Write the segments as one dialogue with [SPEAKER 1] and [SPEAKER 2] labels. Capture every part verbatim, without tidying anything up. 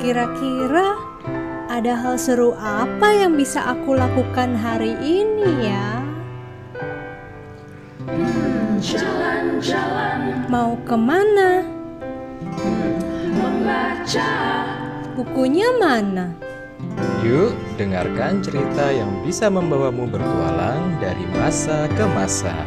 [SPEAKER 1] Kira-kira ada hal seru apa yang bisa aku lakukan hari ini ya?
[SPEAKER 2] Hmm, jalan-jalan.
[SPEAKER 1] Mau kemana?
[SPEAKER 2] Hmm, membaca.
[SPEAKER 1] Bukunya mana?
[SPEAKER 3] Yuk, dengarkan cerita yang bisa membawamu bertualang dari masa ke masa.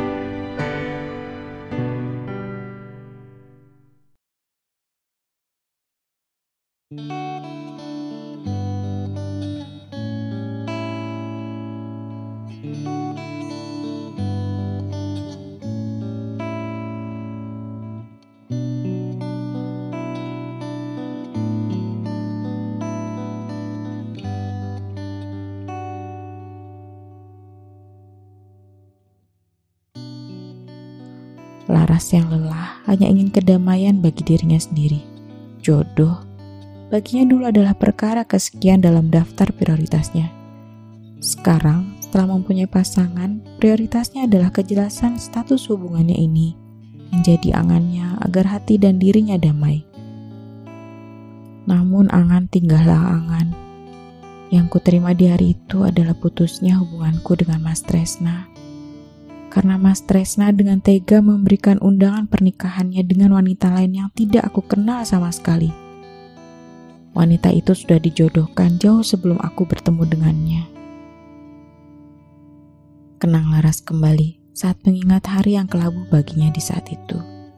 [SPEAKER 4] Laras yang lelah hanya ingin kedamaian bagi dirinya sendiri. Jodoh, baginya dulu adalah perkara kesekian dalam daftar prioritasnya. Sekarang, setelah mempunyai pasangan, prioritasnya adalah kejelasan status hubungannya ini, menjadi angannya agar hati dan dirinya damai. Namun angan tinggallah angan. Yang kuterima di hari itu adalah putusnya hubunganku dengan Mas Tresna. Karena Mas Tresna dengan tega memberikan undangan pernikahannya dengan wanita lain yang tidak aku kenal sama sekali. Wanita itu sudah dijodohkan jauh sebelum aku bertemu dengannya. Kenang Laras kembali saat mengingat hari yang kelabu baginya di saat itu.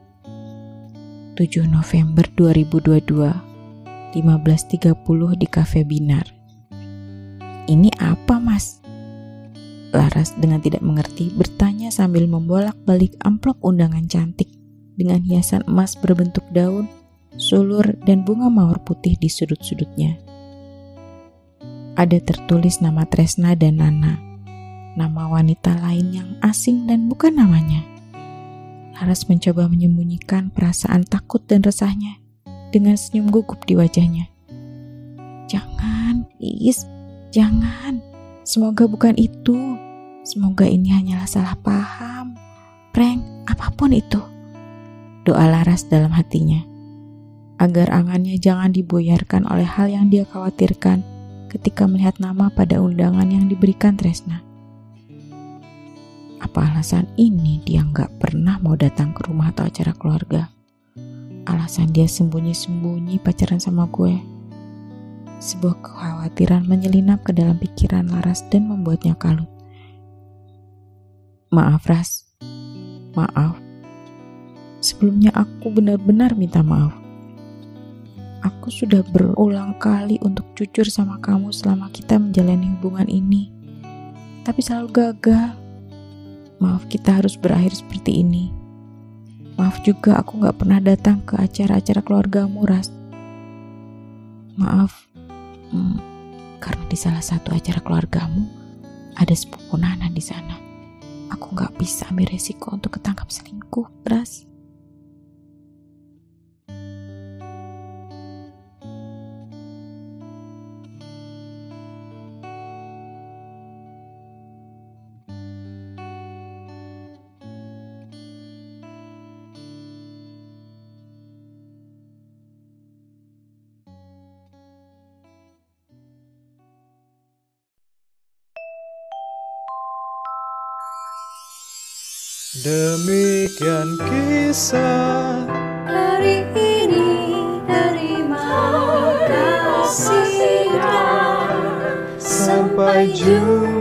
[SPEAKER 4] tujuh November dua ribu dua puluh dua, lima belas tiga puluh di Cafe Binar. Ini apa, Mas? Laras dengan tidak mengerti bertanya sambil membolak-balik amplop undangan cantik dengan hiasan emas berbentuk daun, sulur, dan bunga mawar putih di sudut-sudutnya. Ada tertulis nama Tresna dan Nana, nama wanita lain yang asing dan bukan namanya. Laras mencoba menyembunyikan perasaan takut dan resahnya dengan senyum gugup di wajahnya. Jangan, please, jangan. Semoga bukan itu. Semoga ini hanyalah salah paham, prank, apapun itu. Doa Laras dalam hatinya. Agar angannya jangan diboyarkan oleh hal yang dia khawatirkan ketika melihat nama pada undangan yang diberikan Tresna. Apa alasan ini dia nggak pernah mau datang ke rumah atau acara keluarga? Alasan dia sembunyi-sembunyi pacaran sama gue? Sebuah kekhawatiran menyelinap ke dalam pikiran Laras dan membuatnya kalut. Maaf, Ras. Maaf. Sebelumnya aku benar-benar minta maaf. Aku sudah berulang kali untuk jujur sama kamu selama kita menjalani hubungan ini. Tapi selalu gagal. Maaf kita harus berakhir seperti ini. Maaf juga aku gak pernah datang ke acara-acara keluargamu, Ras. Maaf. Hmm, karena di salah satu acara keluargamu ada sepupu Nana di sana. Aku gak bisa ambil resiko untuk ketangkap selingkuh, Ras.
[SPEAKER 3] Demikian kisah
[SPEAKER 1] Hari ini terima kasih dan
[SPEAKER 3] sampai jumpa.